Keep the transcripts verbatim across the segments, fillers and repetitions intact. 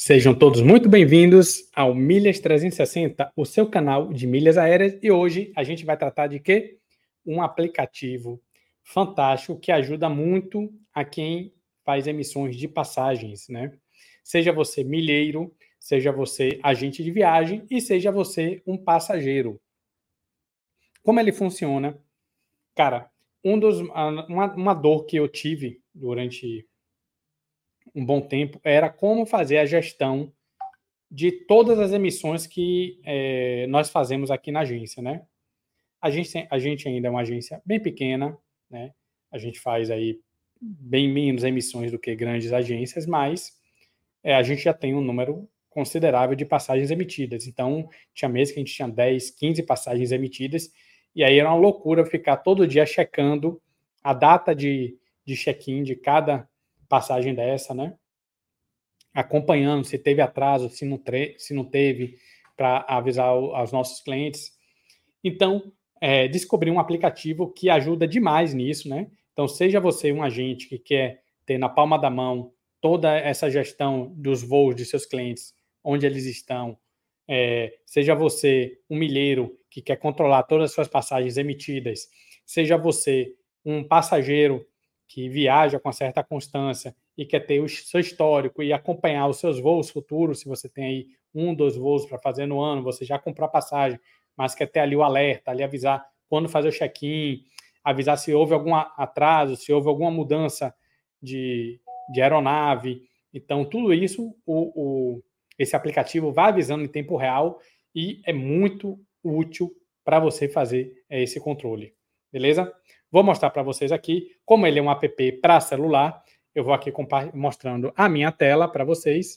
Sejam todos muito bem-vindos ao Milhas trezentos e sessenta, o seu canal de milhas aéreas. E hoje a gente vai tratar de quê? Um aplicativo fantástico que ajuda muito a quem faz emissões de passagens, né? Seja você milheiro, seja você agente de viagem e seja você um passageiro. Como ele funciona? Cara, um dos, uma, uma dor que eu tive durante um bom tempo era como fazer a gestão de todas as emissões que é, nós fazemos aqui na agência, né? A gente, a gente ainda é uma agência bem pequena, né? A gente faz aí bem menos emissões do que grandes agências, mas é, a gente já tem um número considerável de passagens emitidas. Então, tinha meses que a gente tinha dez, quinze passagens emitidas, e aí era uma loucura ficar todo dia checando a data de, de check-in de cada passagem dessa, né? Acompanhando se teve atraso, se não, se não teve, para avisar aos nossos clientes. Então, é, descobri um aplicativo que ajuda demais nisso, né? Então, seja você um agente que quer ter na palma da mão toda essa gestão dos voos de seus clientes, onde eles estão, é, seja você um milheiro que quer controlar todas as suas passagens emitidas, seja você um passageiro que viaja com certa constância e quer ter o seu histórico e acompanhar os seus voos futuros, se você tem aí um, dois voos para fazer no ano, você já comprou a passagem, mas quer ter ali o alerta, ali avisar quando fazer o check-in, avisar se houve algum atraso, se houve alguma mudança de, de aeronave. Então, tudo isso, o, o, esse aplicativo vai avisando em tempo real e é muito útil para você fazer esse controle. Beleza? Vou mostrar para vocês aqui, como ele é um app para celular, eu vou aqui mostrando a minha tela para vocês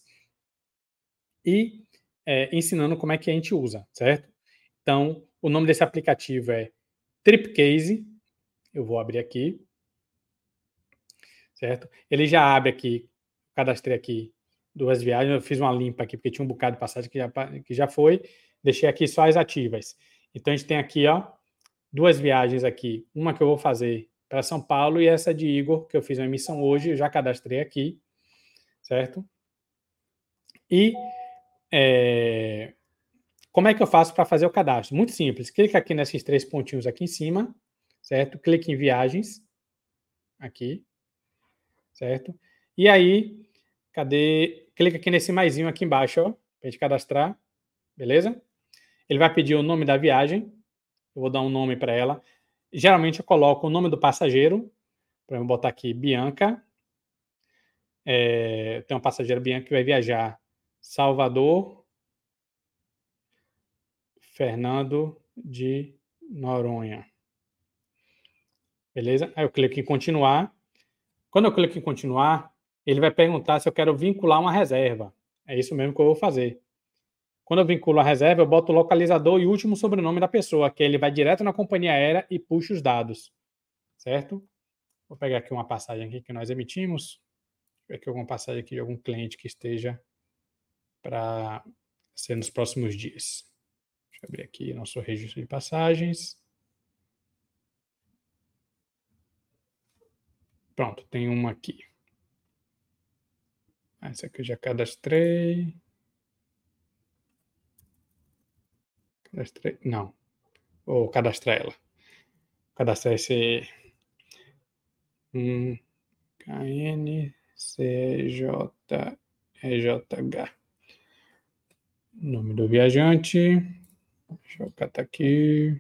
e é, ensinando como é que a gente usa, certo? Então, o nome desse aplicativo é Tripcase. Eu vou abrir aqui, certo? Ele já abre aqui, cadastrei aqui duas viagens, eu fiz uma limpa aqui, porque tinha um bocado de passagem que já, que já foi, deixei aqui só as ativas. Então, a gente tem aqui, ó, duas viagens aqui, uma que eu vou fazer para São Paulo e essa de Igor, que eu fiz uma emissão hoje, eu já cadastrei aqui, certo? E é, como é que eu faço para fazer o cadastro? Muito simples, clica aqui nesses três pontinhos aqui em cima, certo? Clique em viagens, aqui, certo? E aí, cadê? Clica aqui nesse maisinho aqui embaixo, ó, para a gente cadastrar, beleza? Ele vai pedir o nome da viagem, eu vou dar um nome para ela. Geralmente eu coloco o nome do passageiro, para eu botar aqui Bianca. É, tem uma passageira Bianca que vai viajar Salvador, Fernando de Noronha. Beleza? Aí eu clico em continuar. Quando eu clico em continuar, ele vai perguntar se eu quero vincular uma reserva. É isso mesmo que eu vou fazer. Quando eu vinculo a reserva, eu boto o localizador e o último sobrenome da pessoa, que ele vai direto na companhia aérea e puxa os dados. Certo? Vou pegar aqui uma passagem aqui que nós emitimos. Deixa eu ver aqui alguma passagem aqui de algum cliente que esteja para ser nos próximos dias. Deixa eu abrir aqui nosso registro de passagens. Pronto, tem uma aqui. Essa aqui eu já cadastrei. Cadastrei? Não. Vou cadastrar ela. Cadastrar esse hum, K N C J E J H. Nome do viajante. Deixa eu catar aqui.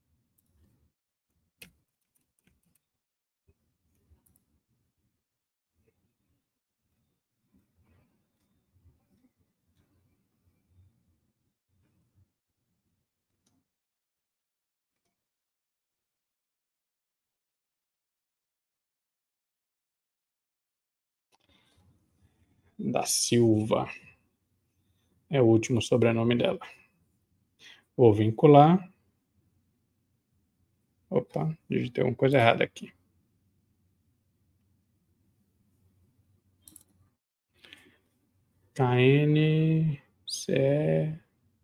Da Silva. É o último sobrenome dela. Vou vincular. Opa, digitei uma coisa errada aqui. K N C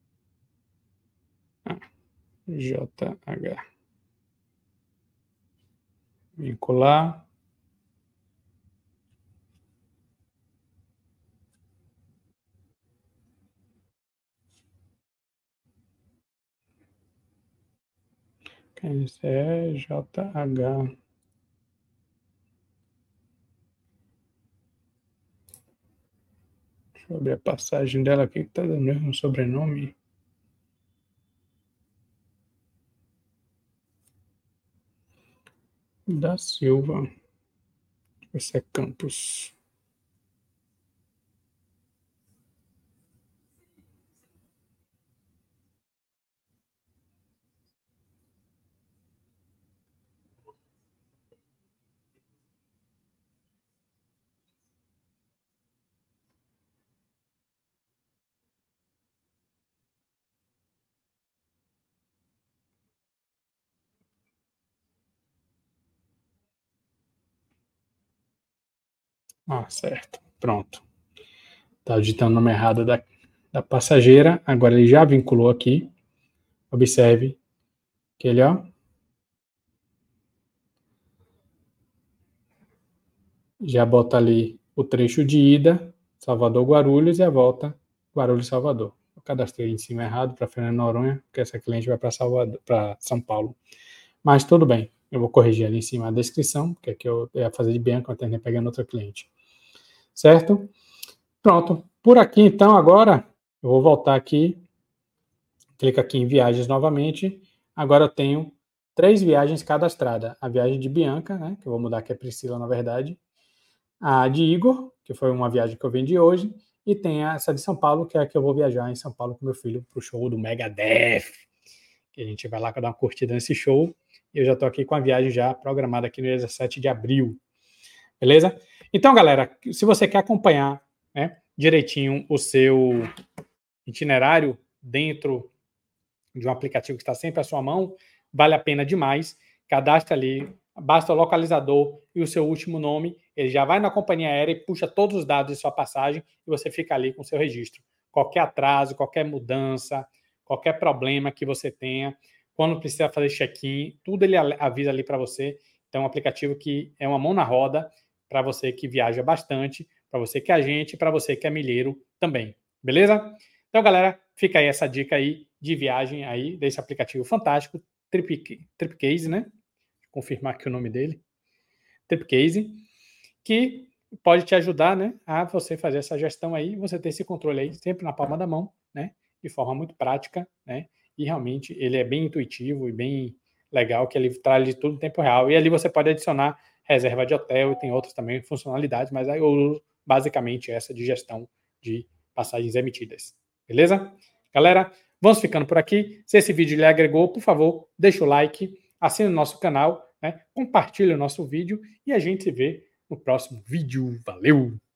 J H. Vincular. Esse é J H. Deixa eu abrir a passagem dela aqui, que tá dando erro no sobrenome. Da Silva. Esse é Campos. Ah, certo. Pronto. Tá digitando o nome errado da, da passageira. Agora ele já vinculou aqui. Observe que ele, ó, já bota ali o trecho de ida, Salvador-Guarulhos, e a volta, Guarulhos-Salvador. Eu cadastrei em cima errado para Fernando Noronha, porque essa cliente vai para Salvador, para São Paulo. Mas tudo bem, eu vou corrigir ali em cima a descrição, porque aqui eu ia fazer de Bianca, eu terminei pegando outra cliente. Certo? Pronto. Por aqui, então, agora, eu vou voltar aqui, clica aqui em viagens novamente. Agora eu tenho três viagens cadastradas. A viagem de Bianca, né, que eu vou mudar aqui a Priscila, na verdade. A de Igor, que foi uma viagem que eu vendi hoje. E tem essa de São Paulo, que é a que eu vou viajar em São Paulo com meu filho para o show do Megadeth. Que a gente vai lá dar uma curtida nesse show. E eu já estou aqui com a viagem já programada aqui no dia dezessete de abril. Beleza? Então, galera, se você quer acompanhar, né, direitinho o seu itinerário dentro de um aplicativo que está sempre à sua mão, vale a pena demais. Cadastre ali, basta o localizador e o seu último nome, ele já vai na companhia aérea e puxa todos os dados de sua passagem e você fica ali com o seu registro. Qualquer atraso, qualquer mudança, qualquer problema que você tenha, quando precisa fazer check-in, tudo ele avisa ali para você. Então, é um aplicativo que é uma mão na roda para você que viaja bastante, para você que é agente, para você que é milheiro também. Beleza? Então, galera, fica aí essa dica aí de viagem aí desse aplicativo fantástico, Trip, Tripcase, né? Vou confirmar aqui o nome dele. Tripcase, que pode te ajudar, né, a você fazer essa gestão aí, você ter esse controle aí sempre na palma da mão, né? De forma muito prática, né? E realmente ele é bem intuitivo e bem legal, que ele traz de tudo em tempo real. E ali você pode adicionar reserva de hotel e tem outras também funcionalidades, mas aí eu uso basicamente essa de gestão de passagens emitidas. Beleza? Galera, vamos ficando por aqui. Se esse vídeo lhe agregou, por favor, deixa o like, assine o nosso canal, né? Compartilhe o nosso vídeo e a gente se vê no próximo vídeo. Valeu!